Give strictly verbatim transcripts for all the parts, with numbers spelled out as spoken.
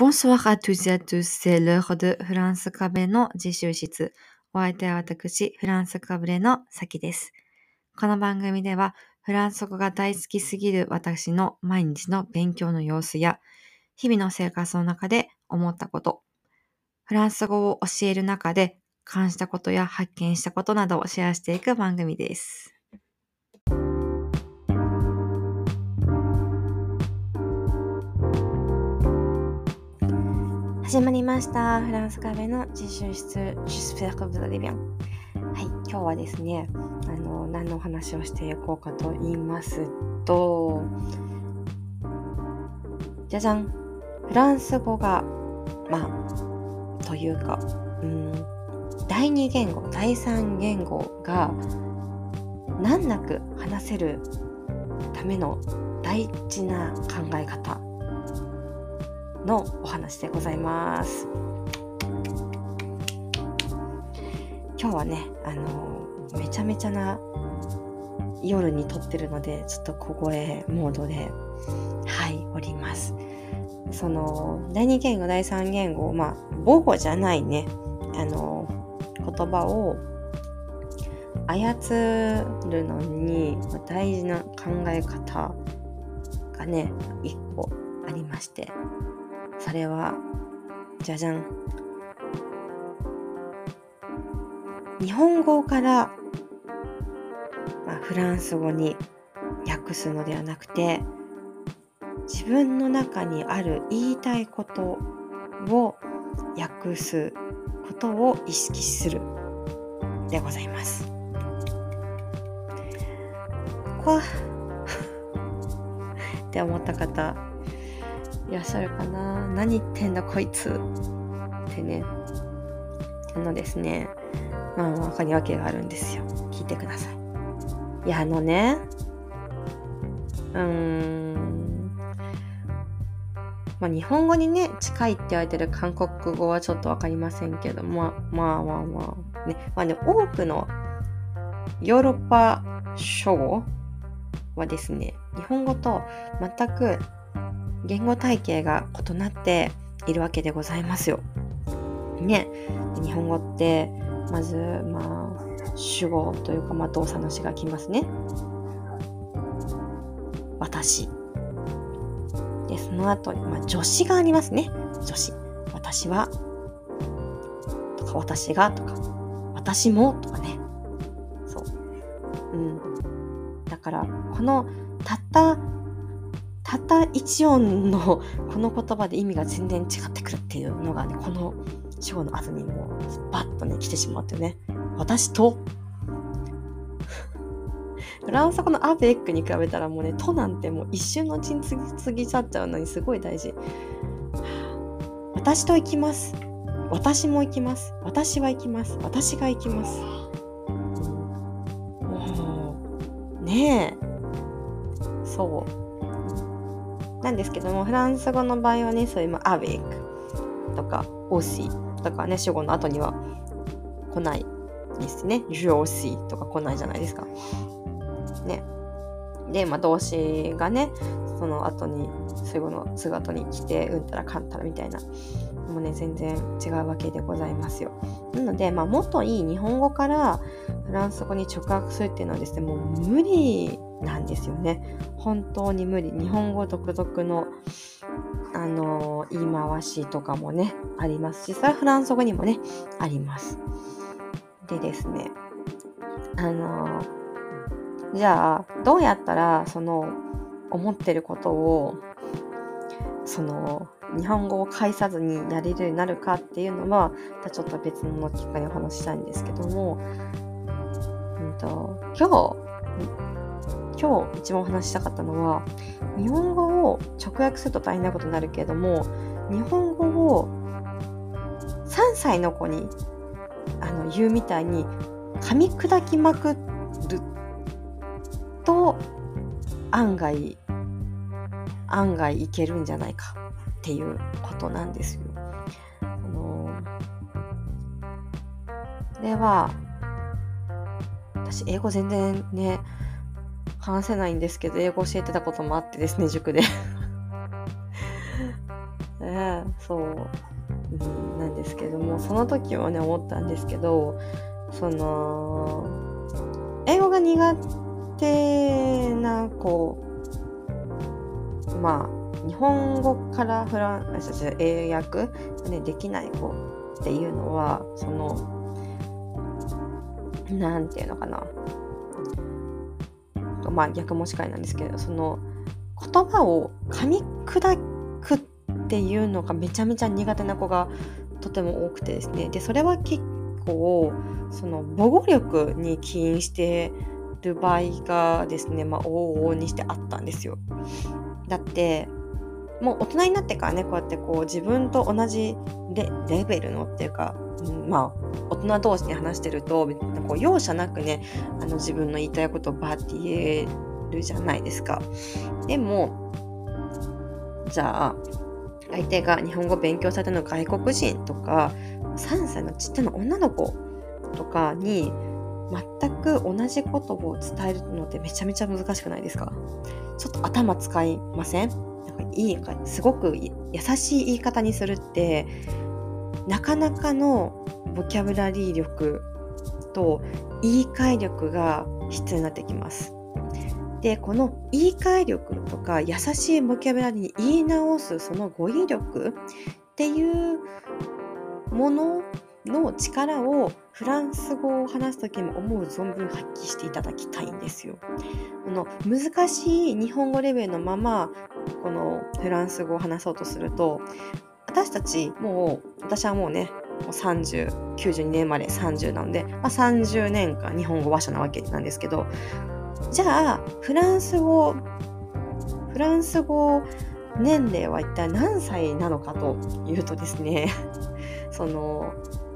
Bonsoir à tous et à tous, c'est l'heure de フランスかぶれの自習室。お相手は私、フランスかぶれのさきです。この番組では、フランス語が大好きすぎる私の毎日の勉強の様子や、日々の生活の中で思ったこと、フランス語を教える中で感じたことや発見したことなどをシェアしていく番組です。始まりました。フランスカフェの自習室 J'espère que vous allez bien。 はい、今日はですね、あの何のお話をしていこうかと言いますと、じゃじゃん、フランス語がまあというか、うん、第二言語、第三言語が難なく話せるための大事な考え方のお話でございます。今日はね、あのめちゃめちゃな夜に撮ってるので、ちょっと小声モードではいおります。その第二言語、第三言語、まあ母語じゃないね、あの言葉を操るのに大事な考え方がね一個ありまして、それはじゃじゃん、日本語から、まあ、フランス語に訳すのではなくて、自分の中にある言いたいことを訳すことを意識するでございます。こわって思った方いらっしゃるかな。何言ってんだこいつってね。あのですね、まあ他に訳があるんですよ。聞いてください。いやあのね、うーん、まあ日本語にね近いって言われてる韓国語はちょっとわかりませんけど、まあまあまあまあね、まあね、多くのヨーロッパ諸語はですね、日本語と全く言語体系が異なっているわけでございますよ。ね、日本語ってまずまあ主語というか、まあ動作の詞が来ますね。私。でその後にまあ助詞がありますね。助詞。私はとか私がとか私もとかね。そう。うん。だからこのたったたった一音のこの言葉で意味が全然違ってくるっていうのがね、この主語の後にもうバッとね来てしまってね。私とフランス語のアベックに比べたらもうね、となんてもう一瞬のうちに過ぎ過ぎちゃっちゃうのにすごい大事。私と行きます。私も行きます。私は行きます。私が行きます。もうねえ、そうなんですけども、フランス語の場合はね、そういうアベックとかオシとかね、主語の後には来ないですね。ジュオシとか来ないじゃないですか。ね。で、まあ動詞がね、その後に主語のすぐ後に来て、うんたらかんたらみたいな、もうね全然違うわけでございますよ。なので、まあもっといい日本語からフランス語に直訳するっていうのはですね、もう無理なんですよね。本当に無理。日本語独特のあの言い回しとかもねありますし、それはフランス語にもねあります。でですね、あのじゃあどうやったらその思ってることをその日本語を介さずにやれるようになるかっていうのはちょっと別の機会にお話ししたいんですけども、うんと、今日今日一番お話ししたかったのは、日本語を直訳すると大変なことになるけれども、日本語をさんさいの子にあの言うみたいに噛み砕きまくると案外案外いけるんじゃないかっていうことなんですよ。あのこれは私英語全然ね話せないんですけど、英語教えてたこともあってですね、塾でえーそう、うん、なんですけども、その時はね思ったんですけど、その英語が苦手な子、まあ日本語からフランス英訳が、ね、できない子っていうのは、そのなんていうのかな、まあ逆もしかりなんですけど、その言葉を噛み砕くっていうのがめちゃめちゃ苦手な子がとても多くてですね。でそれは結構その母語力に起因してる場合がですね、まあ往々にしてあったんですよ。だってもう大人になってからね、こうやってこう自分と同じ レ, レベルのっていうか、うん、まあ大人同士に話してるとこう容赦なくね、あの自分の言いたいことをバーって言えるじゃないですか。でもじゃあ相手が日本語を勉強されたの外国人とかさんさいのちっちゃな女の子とかに全く同じことを伝えるのってめちゃめちゃ難しくないですか？ちょっと頭使いません？なんかいいすごく優しい言い方にするってなかなかのボキャブラリー力と言い換え力が必要になってきます。でこの言い換え力とか優しいボキャブラリーに言い直すその語彙力っていうものの力をフランス語を話すときも思う存分発揮していただきたいんですよ。この難しい日本語レベルのままこのフランス語を話そうとすると、私たちもう私はもうねもうさんじゅう、きゅうじゅうにねん生まれさんじゅうなので、まあ、さんじゅうねんかん日本語話者なわけなんですけど、じゃあフランス語フランス語年齢は一体何歳なのかというとですねその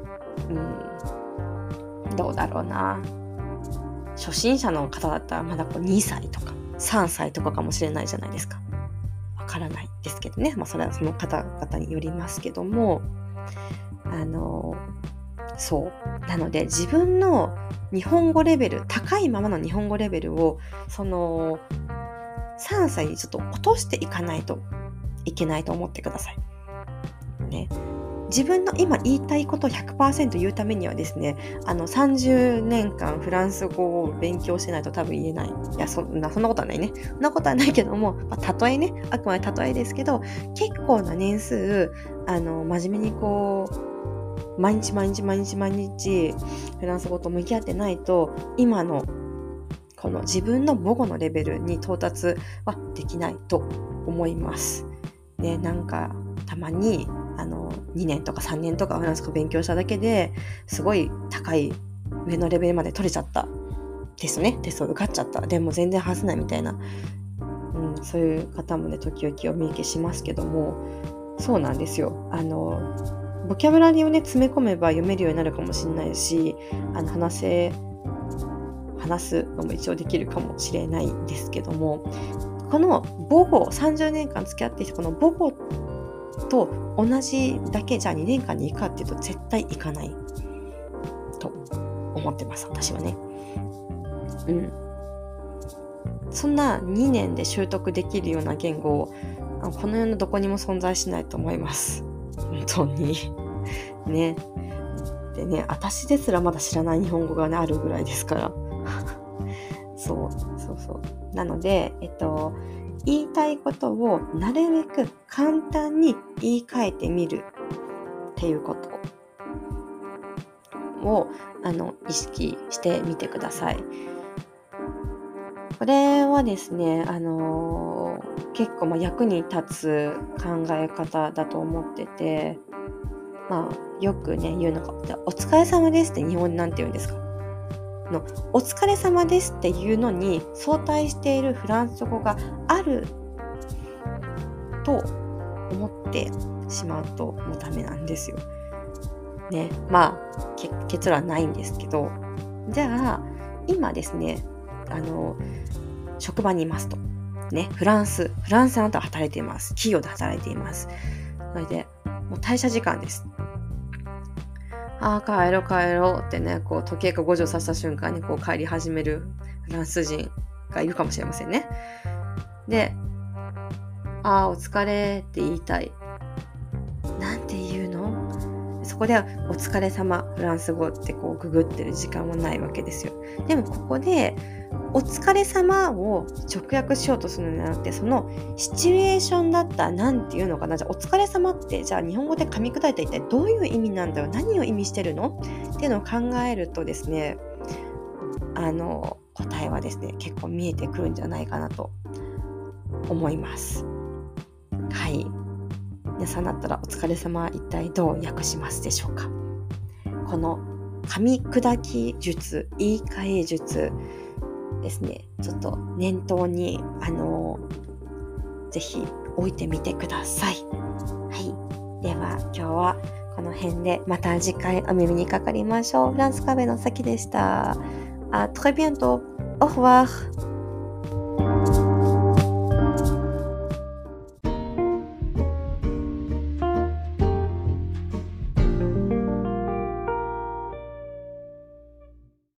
うんどうだろうな、初心者の方だったらまだこうにさいとかさんさいとかかもしれないじゃないですか。わからないですけどね、まあ、それはその方々によりますけども、あのそうなので自分の日本語レベル、高いままの日本語レベルをそのさんさいにちょっと落としていかないといけないと思ってくださいね。自分の今言いたいことを ひゃくパーセント 言うためにはですね、あのさんじゅうねんかんフランス語を勉強してないと多分言えない。いや、そんなそんなことはないね。そんなことはないけども、まあ、例えね、あくまで例えですけど、結構な年数あの真面目にこう毎日毎日毎日毎日フランス語と向き合ってないと、今のこの自分の母語のレベルに到達はできないと思いますね。なんかたまにあのにねんとかさんねんとかフランス語勉強しただけですごい高い上のレベルまで取れちゃったテストね、テスト受かっちゃった、でも全然外せないみたいな、うん、そういう方もね時々お見受けしますけども、そうなんですよ。あのボキャブラリーをね詰め込めば読めるようになるかもしれないし、あの話せ話すのも一応できるかもしれないんですけども、この母語さんじゅうねんかん付き合ってきたこの母語と同じだけじゃあにねんかんに行くかっていうと絶対行かないと思ってます、私はね。うん。そんなにねんで習得できるような言語をこの世のどこにも存在しないと思います。本当にね。でね、私ですらまだ知らない日本語が、ね、あるぐらいですからそうそうそうなので、えっと言いたいことをなるべく簡単に言い換えてみるっていうことをあの意識してみてください。これはですね、あのー、結構まあ役に立つ考え方だと思ってて、まあよくね言うのがお疲れ様ですって日本でなんて言うんですかのお疲れ様ですっていうのに相対しているフランス語があると思ってしまうともうダメなんですよ。ね、まあ結論はないんですけど、じゃあ今ですね、あの職場にいますとね、フランスフランスあなたは働いています、企業で働いています。それでもう退社時間です。ああ帰ろう帰ろうってね、こう時計がごじを指した瞬間にこう帰り始めるフランス人がいるかもしれませんね。で、ああお疲れって言いたい。 そこではお疲れ様フランス語ってこうググってる時間はないわけですよ。でもここでお疲れ様を直訳しようとするのではなくて、そのシチュエーションだったらなんていうのかな、じゃあお疲れ様ってじゃあ日本語で噛み砕いて一体どういう意味なんだろう、何を意味してるのっていうのを考えるとですね、あの答えはですね結構見えてくるんじゃないかなと思います。はい、皆さんだったらお疲れ様は一体どう訳しますでしょうか。この噛み砕き術、言い換え術ですね、ちょっと念頭にあのぜひ置いてみてください。はい、では今日はこの辺で、また次回お耳にかかりましょう。フランスカフェのさきでした。あ、très bientôt。au revoir。